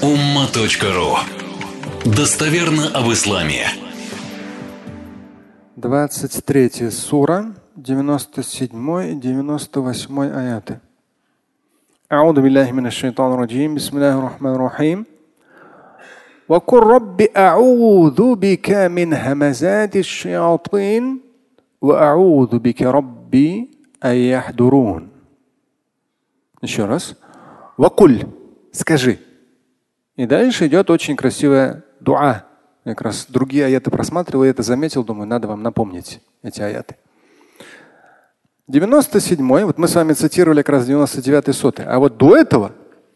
umma.ru. Достоверно об исламе. 23 сура, 97 и 98 аяты. أعوذ بالله من الشيطان الرجيم. بسم الله الرحمن الرحيم. وقل رب أعوذ بك من همزات الشياطين وأعوذ بك ربي أن يحضرون. Еще раз. Вакуль, скажи. И дальше идет очень красивая дуа. Я как раз другие аяты просматривал, я это заметил, думаю, надо вам напомнить эти аяты. 97-й, вот мы с вами цитировали как раз 99-й, 100-й. А вот до этого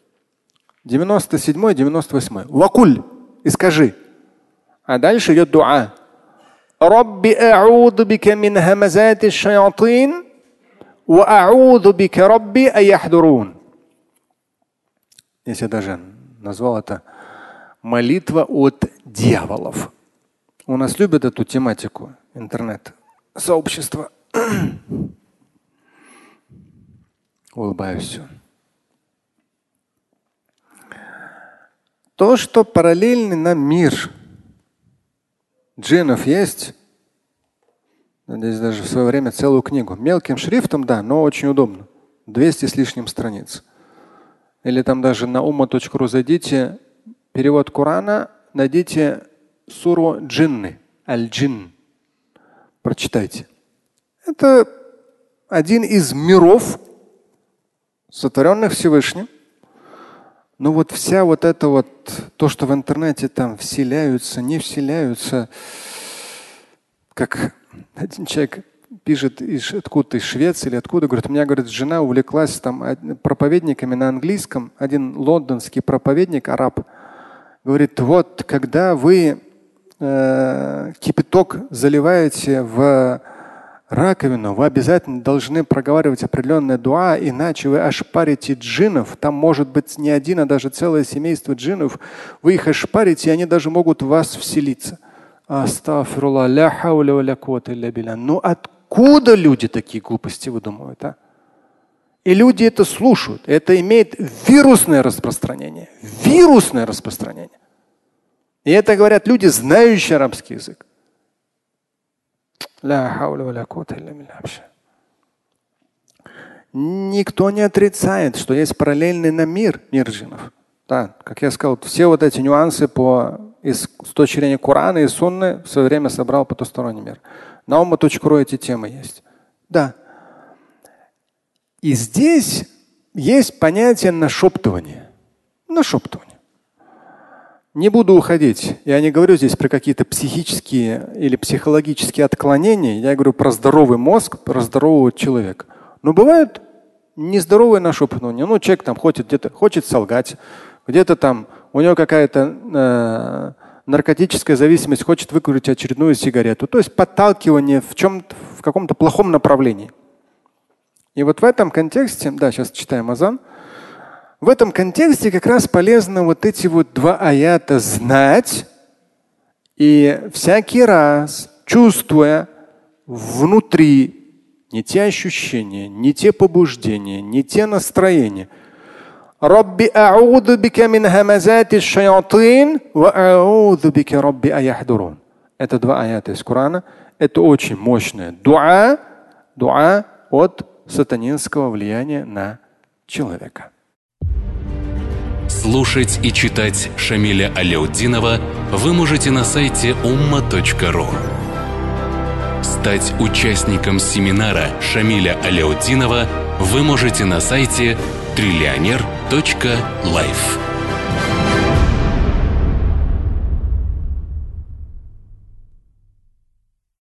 97-й, 98-й. Вакуль, и скажи. А дальше идет дуа. Рабби а'уду бика мин хамазати шаятин ва а'уду бика рабби ан яхдурун. Я даже назвал это молитва от дьяволов. У нас любят эту тематику интернет-сообщества. Улыбаюсь. То, что параллельный нам мир джиннов есть. Здесь даже в свое время целую книгу. Мелким шрифтом, да, но очень удобно. 200 с лишним страниц. Или там даже на umma.ru зайдите, перевод Корана, найдите суру джинны, аль-джин. Прочитайте. Это один из миров, сотворенных Всевышним. Но вот вся вот это вот, то, что в интернете там вселяются, не вселяются, как один человек пишет откуда-то из Швеции или откуда, говорит, у меня, говорит, жена увлеклась там проповедниками на английском, один лондонский проповедник, араб, говорит, вот когда вы кипяток заливаете в раковину, вы обязательно должны проговаривать определенное дуа, иначе вы ошпарите джиннов. Там может быть не один, а даже целое семейство джиннов. Вы их ошпарите, и они даже могут в вас вселиться. Астафируллах, ля хауля ва ля куввата илля билля. Ну откуда люди такие глупости выдумывают, а? И люди это слушают. Это имеет вирусное распространение. Вирусное распространение. И это говорят люди, знающие арабский язык. Никто не отрицает, что есть параллельный нам мир джиннов. Да, как я сказал, все вот эти нюансы с точки зрения Корана и Сунны в свое время собрал потусторонний мир. На umma.ru эти темы есть. Да. И здесь есть понятие нашептывания. Нашептывание. Не буду уходить. Я не говорю здесь про какие-то психические или психологические отклонения. Я говорю про здоровый мозг, про здорового человека. Но бывают нездоровые нашептывания. Ну, человек там где-то хочет солгать, где-то там у него какая-то наркотическая зависимость, хочет выкурить очередную сигарету. То есть подталкивание в каком-то плохом направлении. И вот в этом контексте, да, сейчас читаем азан. В этом контексте как раз полезно вот эти вот два аята знать и всякий раз, чувствуя внутри не те ощущения, не те побуждения, не те настроения. Рабби а'уду бика мин хамазати шаятин ва а'уду бика рабби ан яхдурун. Это два аята из Корана. Это очень мощное дуа от сатанинского влияния на человека. Слушать и читать Шамиля Аляутдинова вы можете на сайте umma.ru. Стать участником семинара Шамиля Аляутдинова вы можете на сайте trillioner.life.